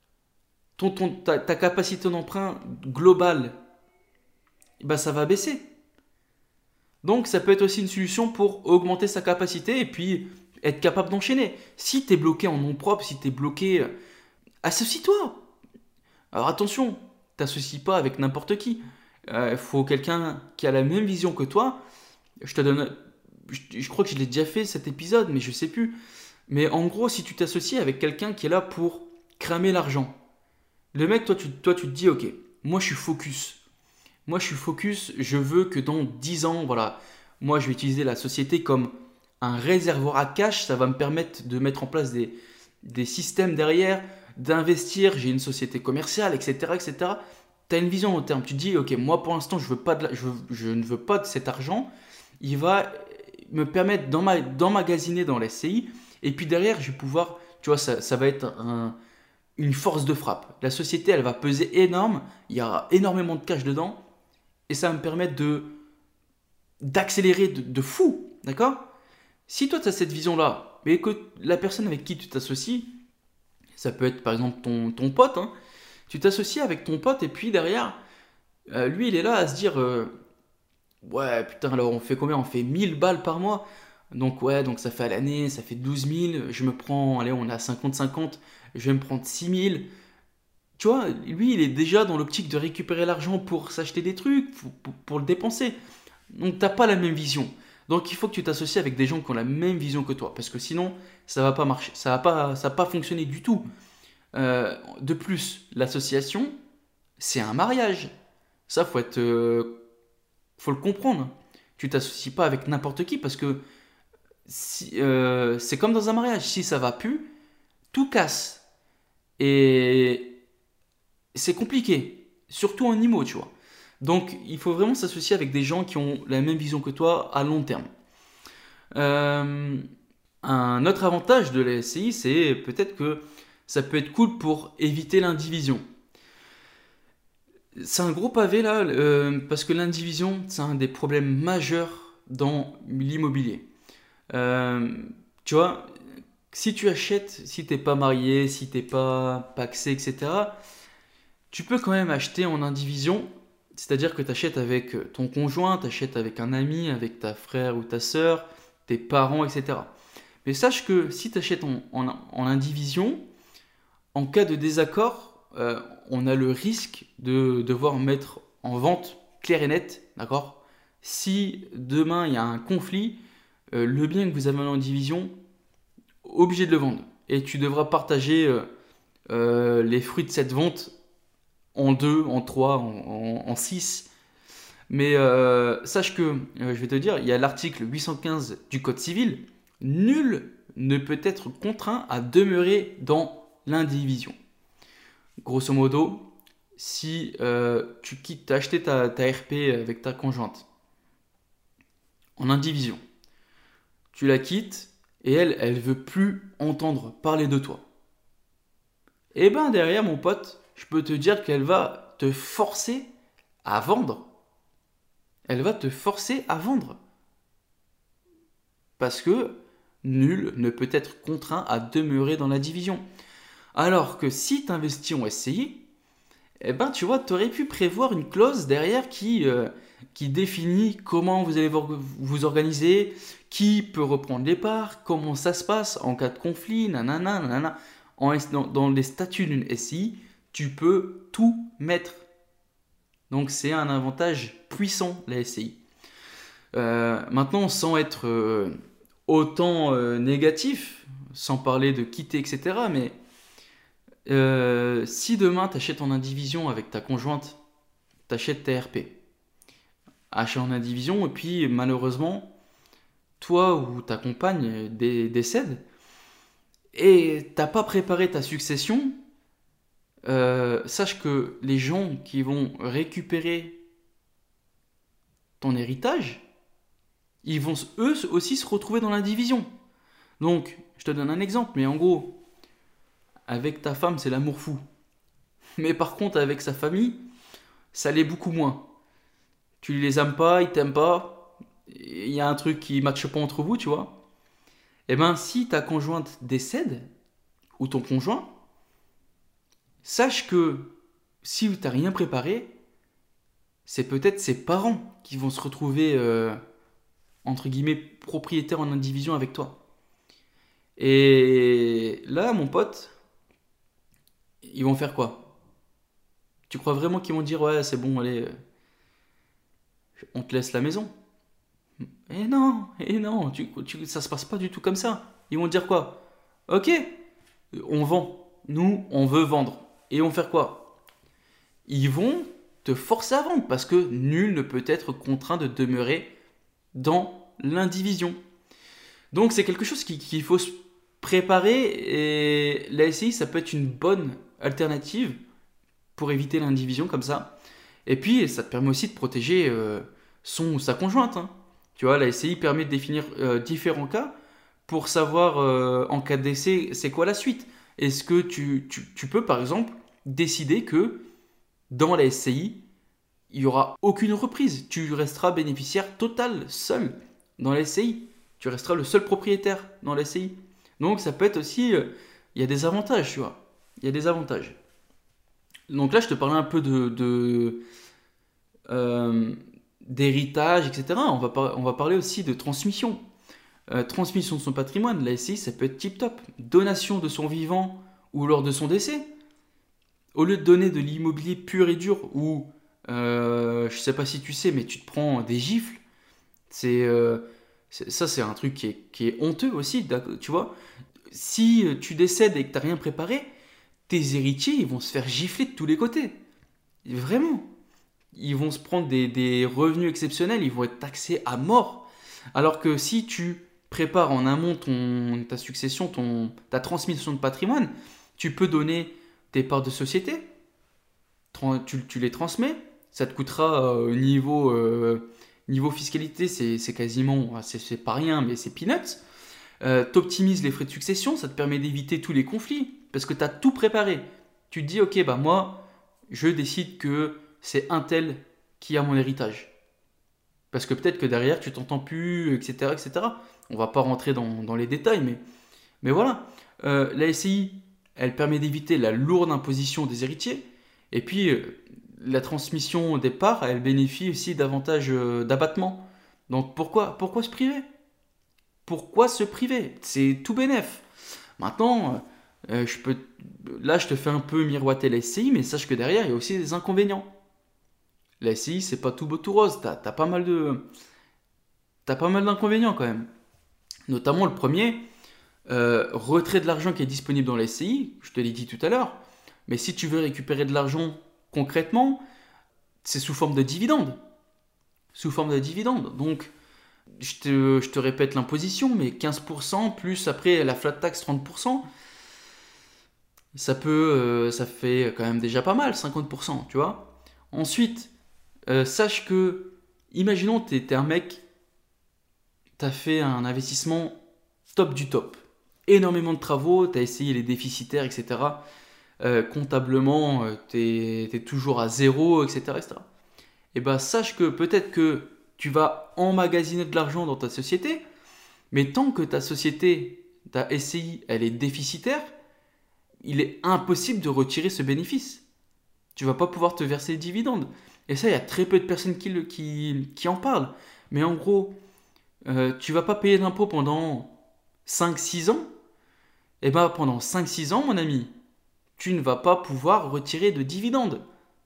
ta capacité d'emprunt globale, bah, ça va baisser. Donc ça peut être aussi une solution pour augmenter sa capacité et puis être capable d'enchaîner. Si tu es bloqué en nom propre, si tu es bloqué, associe-toi. Alors attention, t'associes pas avec n'importe qui. Il faut quelqu'un qui a la même vision que toi. Je te donne, je crois que je l'ai déjà fait cet épisode, mais je sais plus. Mais en gros, si tu t'associes avec quelqu'un qui est là pour cramer l'argent, le mec, toi, tu te dis, ok, moi je suis focus. Moi je suis focus, je veux que dans 10 ans, voilà, moi je vais utiliser la société comme un réservoir à cash. Ça va me permettre de mettre en place des systèmes derrière, d'investir. J'ai une société commerciale, etc. etc. Tu as une vision long terme. Tu te dis, ok, moi pour l'instant, je ne veux pas de cet argent. Il va me permettre d'emmagasiner dans la SCI. Et puis derrière, je vais pouvoir, tu vois, ça va être une force de frappe. La société, elle va peser énorme. Il y aura énormément de cash dedans. Et ça va me permettre d'accélérer de fou. D'accord? Si toi, tu as cette vision-là, mais que la personne avec qui tu t'associes, ça peut être par exemple ton pote, hein, tu t'associes avec ton pote et puis derrière, lui, il est là à se dire ouais, putain, alors on fait combien? On fait 1000 balles par mois. Donc ouais, donc ça fait à l'année, ça fait 12 000. Je me prends, allez, on est à 50-50, je vais me prendre 6 000. Tu vois, lui, il est déjà dans l'optique de récupérer l'argent pour s'acheter des trucs, pour le dépenser. Donc t'as pas la même vision. Donc il faut que tu t'associes avec des gens qui ont la même vision que toi, parce que sinon ça va pas marcher, ça va pas fonctionner du tout. De plus, l'association, c'est un mariage. Ça faut le comprendre. Tu t'associes pas avec n'importe qui parce que c'est comme dans un mariage. Si ça va plus, tout casse et c'est compliqué, surtout en IMO, tu vois. Donc il faut vraiment s'associer avec des gens qui ont la même vision que toi à long terme. Euh, un autre avantage de la SCI, c'est peut-être que ça peut être cool pour éviter l'indivision. C'est un gros pavé là, parce que l'indivision, c'est un des problèmes majeurs dans l'immobilier. Euh, Tu vois, si tu achètes, si t'es pas marié, si t'es pas pacsé, etc., tu peux quand même acheter en indivision, c'est-à-dire que tu achètes avec ton conjoint, tu achètes avec un ami, avec ta frère ou ta sœur, tes parents, etc. Mais sache que si tu achètes en indivision, en cas de désaccord, on a le risque de devoir mettre en vente clair et net, d'accord? Si demain il y a un conflit, le bien que vous avez en division, obligé de le vendre. Et tu devras partager les fruits de cette vente en deux, en trois, en six. Mais sache que, je vais te dire, il y a l'article 815 du Code civil. Nul ne peut être contraint à demeurer dans l'indivision. Grosso modo, si tu as acheté ta RP avec ta conjointe en indivision, tu la quittes et elle veut plus entendre parler de toi. Et ben derrière mon pote, je peux te dire qu'elle va te forcer à vendre. Elle va te forcer à vendre. Parce que nul ne peut être contraint à demeurer dans la division. Alors que si tu investis en SCI, eh ben tu vois, tu aurais pu prévoir une clause derrière qui définit comment vous allez vous organiser, qui peut reprendre les parts, comment ça se passe en cas de conflit, nanana, nanana. Dans les statuts d'une SCI, tu peux tout mettre. Donc c'est un avantage puissant, la SCI. Maintenant, sans être autant négatif, sans parler de quitter, etc., mais si demain tu achètes en indivision avec ta conjointe, tu achètes ta RP, achat en indivision, et puis malheureusement, toi ou ta compagne décède, et t'as pas préparé ta succession, sache que les gens qui vont récupérer ton héritage, ils vont eux aussi se retrouver dans l'indivision. Donc, je te donne un exemple, mais en gros, avec ta femme, c'est l'amour fou. Mais par contre, avec sa famille, ça l'est beaucoup moins. Tu les aimes pas, ils t'aiment pas, il y a un truc qui ne matche pas entre vous, tu vois. Et ben, si ta conjointe décède, ou ton conjoint, sache que si tu n'as rien préparé, c'est peut-être ses parents qui vont se retrouver, entre guillemets, propriétaires en indivision avec toi. Et là, mon pote, ils vont faire quoi? Tu crois vraiment qu'ils vont dire, ouais, c'est bon, allez, on te laisse la maison? Et non, ça se passe pas du tout comme ça. Ils vont dire quoi? Ok, on vend. Nous, on veut vendre. Et ils vont faire quoi? Ils vont te forcer à vendre parce que nul ne peut être contraint de demeurer dans l'indivision. Donc c'est quelque chose qu'il faut se préparer et la SCI, ça peut être une bonne alternative pour éviter l'indivision comme ça. Et puis ça te permet aussi de protéger son ou sa conjointe, hein. Tu vois, la SCI permet de définir différents cas pour savoir en cas de décès c'est quoi la suite. Est-ce que tu peux par exemple décider que dans la SCI, il n'y aura aucune reprise. Tu resteras bénéficiaire total, seul, dans la SCI. Tu resteras le seul propriétaire dans la SCI. Donc ça peut être aussi... il y a des avantages, tu vois. Il y a des avantages. Donc là, je te parlais un peu d'héritage, etc. On va parler aussi de transmission. Transmission de son patrimoine. La SCI, ça peut être tip-top. Donation de son vivant ou lors de son décès. Au lieu de donner de l'immobilier pur et dur où, je sais pas si tu sais, mais tu te prends des gifles, ça c'est un truc qui est honteux aussi, tu vois. Si tu décèdes et que tu n'as rien préparé, tes héritiers ils vont se faire gifler de tous les côtés. Vraiment. Ils vont se prendre des revenus exceptionnels, ils vont être taxés à mort. Alors que si tu prépares en amont ta succession, ta transmission de patrimoine, tu peux donner tes parts de société, tu les transmets, ça te coûtera niveau fiscalité, c'est quasiment, c'est pas rien, mais c'est peanuts. T'optimises les frais de succession, ça te permet d'éviter tous les conflits, parce que tu as tout préparé. Tu te dis, ok, bah moi, je décide que c'est un tel qui a mon héritage. Parce que peut-être que derrière, tu t'entends plus, etc., etc. On va pas rentrer dans les détails, mais voilà. La SCI, elle permet d'éviter la lourde imposition des héritiers. Et puis, la transmission des parts, elle bénéficie aussi davantage d'abattement. Donc, pourquoi se priver? Pourquoi se priver? C'est tout bénef. Maintenant, là, je te fais un peu miroiter la SCI, mais sache que derrière, il y a aussi des inconvénients. La SCI, c'est pas tout beau tout rose. T'as pas mal d'inconvénients quand même. Notamment le premier, retrait de l'argent qui est disponible dans la SCI, je te l'ai dit tout à l'heure, mais si tu veux récupérer de l'argent concrètement, c'est sous forme de dividende. Sous forme de dividende. Donc, je te répète l'imposition, mais 15% plus après la flat tax 30%, ça fait quand même déjà pas mal, 50%, tu vois. Ensuite, sache que, imaginons que t'es un mec, t'as fait un investissement top du top. Énormément de travaux, t'as essayé les déficitaires, etc. Comptablement, t'es toujours à zéro, etc., etc. Et ben sache que peut-être que tu vas emmagasiner de l'argent dans ta société, mais tant que ta société, ta SCI, elle est déficitaire, il est impossible de retirer ce bénéfice. Tu vas pas pouvoir te verser le dividende. Et ça, il y a très peu de personnes qui en parlent. Mais en gros, tu vas pas payer d'impôts pendant 5-6 ans. Et ben pendant 5-6 ans, mon ami, tu ne vas pas pouvoir retirer de dividendes.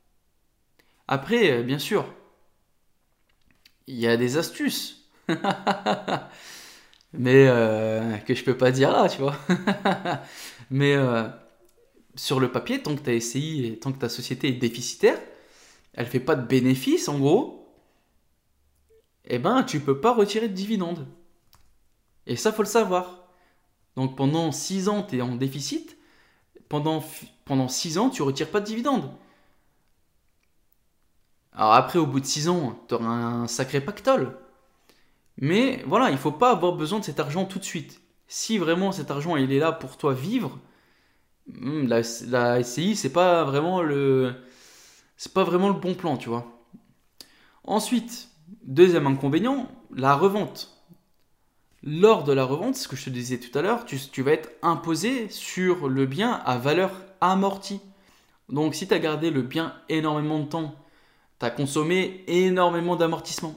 Après, bien sûr, il y a des astuces. Mais que je peux pas dire là, tu vois. Mais sur le papier, tant que ta SCI et tant que ta société est déficitaire, elle fait pas de bénéfices en gros, eh ben tu peux pas retirer de dividendes. Et ça, faut le savoir. Donc pendant 6 ans, tu es en déficit. Pendant 6 ans, tu retires pas de dividendes. Alors après, au bout de 6 ans, tu auras un sacré pactole. Mais voilà, il faut pas avoir besoin de cet argent tout de suite. Si vraiment cet argent il est là pour toi vivre, la SCI c'est pas vraiment le bon plan, tu vois. Ensuite, deuxième inconvénient, la revente. Lors de la revente, ce que je te disais tout à l'heure, tu vas être imposé sur le bien à valeur amortie. Donc si tu as gardé le bien énormément de temps, tu as consommé énormément d'amortissement.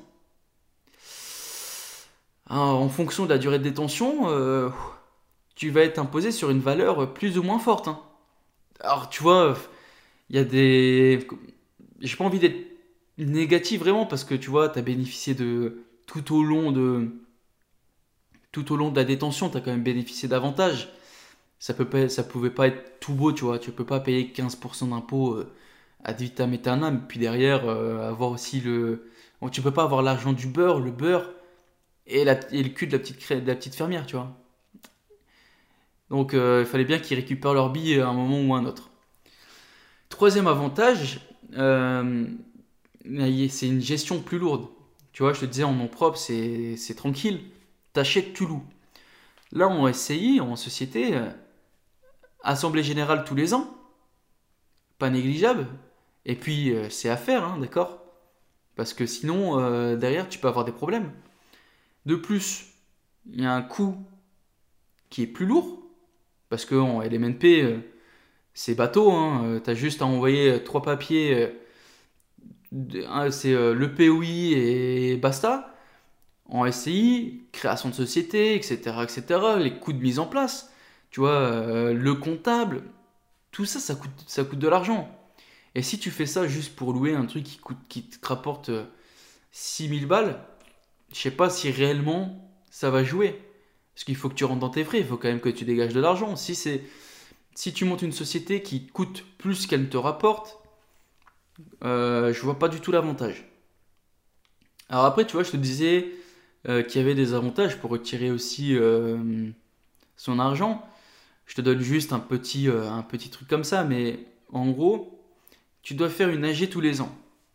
En fonction de la durée de détention, tu vas être imposé sur une valeur plus ou moins forte, hein. Alors tu vois, il y a des... J'ai pas envie d'être négatif vraiment parce que tu vois, tu as bénéficié de... Tout au long de la détention, tu as quand même bénéficié d'avantages. Ça pouvait pas être tout beau, tu vois. Tu peux pas payer 15% d'impôts ad vitam aeternam, puis derrière avoir aussi le... Bon, tu peux pas avoir l'argent du beurre, le beurre, et le cul de de la petite fermière, tu vois. Donc il fallait bien qu'ils récupèrent leur billes à un moment ou à un autre. Troisième avantage, c'est une gestion plus lourde. Tu vois, je te disais, en nom propre, c'est tranquille. T'achètes, tu loues. Là, en SCI, en société, assemblée générale tous les ans, pas négligeable. Et puis, c'est à faire, hein, d'accord? Parce que sinon, derrière, tu peux avoir des problèmes. De plus, il y a un coût qui est plus lourd. Parce qu'en LMNP, c'est bateau, hein. T'as juste à envoyer trois papiers. C'est le POI et basta. En SCI, création de société, etc., etc., les coûts de mise en place, tu vois, le comptable, tout ça, ça coûte de l'argent. Et si tu fais ça juste pour louer un truc qui te rapporte 6000 balles, je sais pas si réellement ça va jouer. Parce qu'il faut que tu rentres dans tes frais, il faut quand même que tu dégages de l'argent. Si tu montes une société qui te coûte plus qu'elle ne te rapporte, je vois pas du tout l'avantage. Alors après, tu vois, je te disais qu'il y avait des avantages pour retirer aussi son argent. Je te donne juste un petit truc comme ça, mais en gros, tu dois faire une AG tous les ans.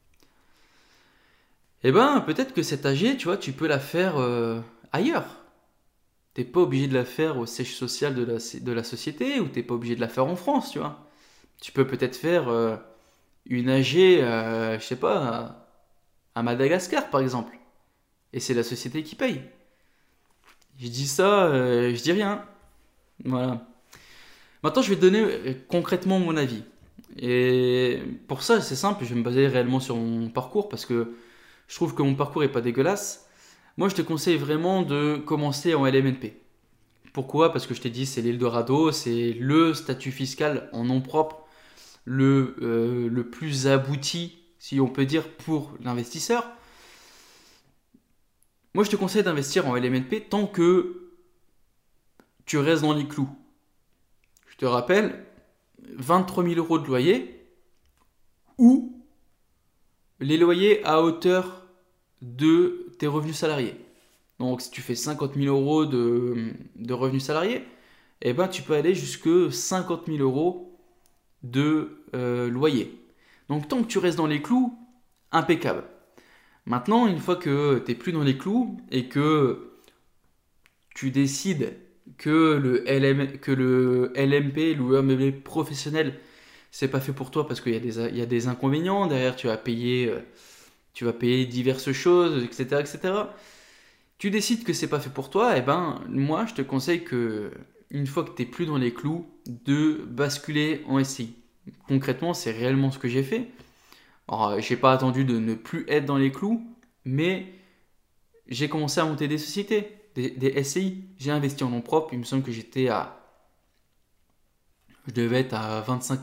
Eh ben, peut-être que cette AG, tu vois, tu peux la faire ailleurs. T'es pas obligé de la faire au siège social de la société, ou t'es pas obligé de la faire en France, tu vois. Tu peux peut-être faire une AG, je sais pas, à Madagascar, par exemple. Et c'est la société qui paye. Je dis ça, je dis rien. Voilà. Maintenant, je vais te donner concrètement mon avis. Et pour ça, c'est simple, je vais me baser réellement sur mon parcours parce que je trouve que mon parcours est pas dégueulasse. Moi, je te conseille vraiment de commencer en LMNP. Pourquoi? Parce que je t'ai dit, c'est l'Eldorado, c'est le statut fiscal en nom propre, le plus abouti, si on peut dire, pour l'investisseur. Moi, je te conseille d'investir en LMNP tant que tu restes dans les clous. Je te rappelle, 23 000 euros de loyer ou les loyers à hauteur de tes revenus salariés. Donc, si tu fais 50 000 euros de revenus salariés, eh ben, tu peux aller jusque 50 000 euros de loyer. Donc, tant que tu restes dans les clous, impeccable. Maintenant, une fois que tu n'es plus dans les clous et que tu décides que que le LMP, le professionnel, c'est pas fait pour toi parce qu'il y a des inconvénients. Derrière, tu vas payer diverses choses, etc., etc. Tu décides que c'est pas fait pour toi, et ben moi je te conseille que une fois que tu n'es plus dans les clous, de basculer en SCI. Concrètement, c'est réellement ce que j'ai fait. Alors, j'ai pas attendu de ne plus être dans les clous, mais j'ai commencé à monter des sociétés, des SCI. J'ai investi en nom propre. Il me semble que je devais être à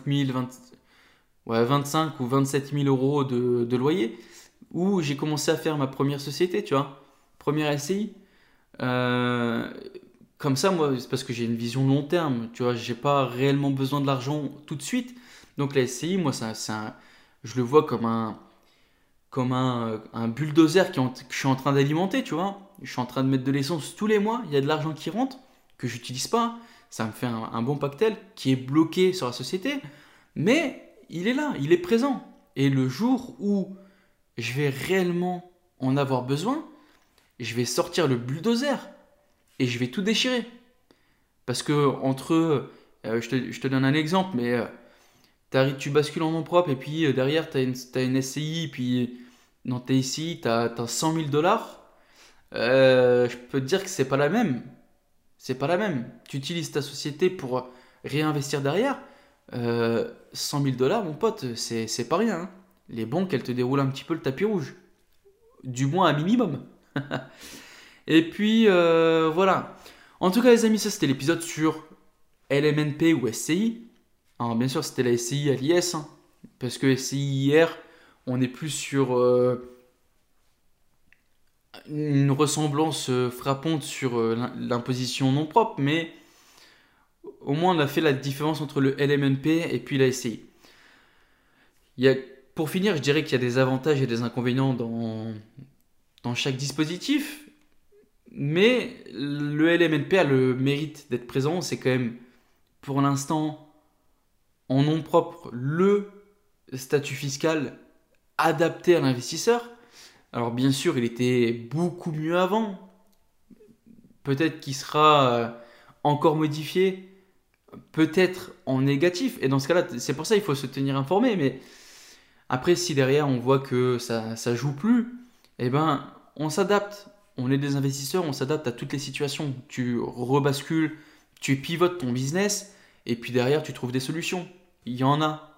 25 ou 27 000 euros de loyer, où j'ai commencé à faire ma première société, tu vois, première SCI. Euh, Comme ça, moi, c'est parce que j'ai une vision long terme, tu vois, j'ai pas réellement besoin de l'argent tout de suite. Donc la SCI, moi, je le vois comme un bulldozer que je suis en train d'alimenter, tu vois. Je suis en train de mettre de l'essence tous les mois, il y a de l'argent qui rentre, que j'utilise pas. Ça me fait un bon pactel qui est bloqué sur la société, mais il est là, il est présent. Et le jour où je vais réellement en avoir besoin, je vais sortir le bulldozer et je vais tout déchirer. Parce que je te donne un exemple, mais tu bascules en nom propre et puis derrière, t'as une SCI, puis dans tes SCI, t'as 100 000 dollars. je peux te dire que c'est pas la même. C'est pas la même. Tu utilises ta société pour réinvestir derrière. 100 000 dollars, mon pote, c'est pas rien, hein. Les banques, elles te déroulent un petit peu le tapis rouge. Du moins un minimum. Et puis, voilà. En tout cas, les amis, ça c'était l'épisode sur LMNP ou SCI. Alors, bien sûr, c'était la SCI à l'IS, hein, parce que SCI hier, on est plus sur une ressemblance frappante sur l'imposition non propre, mais au moins on a fait la différence entre le LMNP et puis la SCI. Il y a, pour finir, je dirais qu'il y a des avantages et des inconvénients dans chaque dispositif, mais le LMNP a le mérite d'être présent. C'est quand même, pour l'instant, en nom propre, le statut fiscal adapté à l'investisseur. Alors bien sûr, il était beaucoup mieux avant. Peut-être qu'il sera encore modifié, peut-être en négatif. Et dans ce cas-là, c'est pour ça qu'il faut se tenir informé. Mais après, si derrière on voit que ça joue plus, eh ben, on s'adapte. On est des investisseurs, on s'adapte à toutes les situations. Tu rebascules, tu pivotes ton business, et puis derrière, tu trouves des solutions. Il y en a.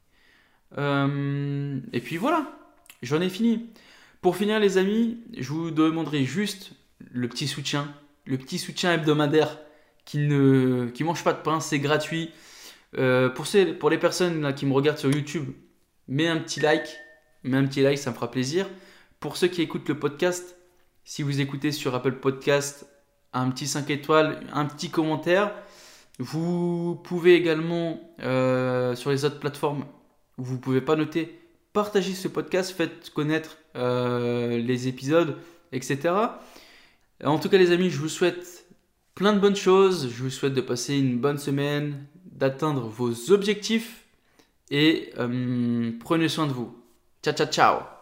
Et puis voilà, j'en ai fini. Pour finir, les amis, je vous demanderai juste le petit soutien hebdomadaire qui mange pas de pain, c'est gratuit. Pour les personnes là, qui me regardent sur YouTube, mets un petit like, ça me fera plaisir. Pour ceux qui écoutent le podcast, si vous écoutez sur Apple Podcast, un petit 5 étoiles, un petit commentaire. Vous pouvez également, sur les autres plateformes où vous ne pouvez pas noter, partager ce podcast, faites connaître les épisodes, etc. En tout cas, les amis, je vous souhaite plein de bonnes choses. Je vous souhaite de passer une bonne semaine, d'atteindre vos objectifs et prenez soin de vous. Ciao, ciao, ciao!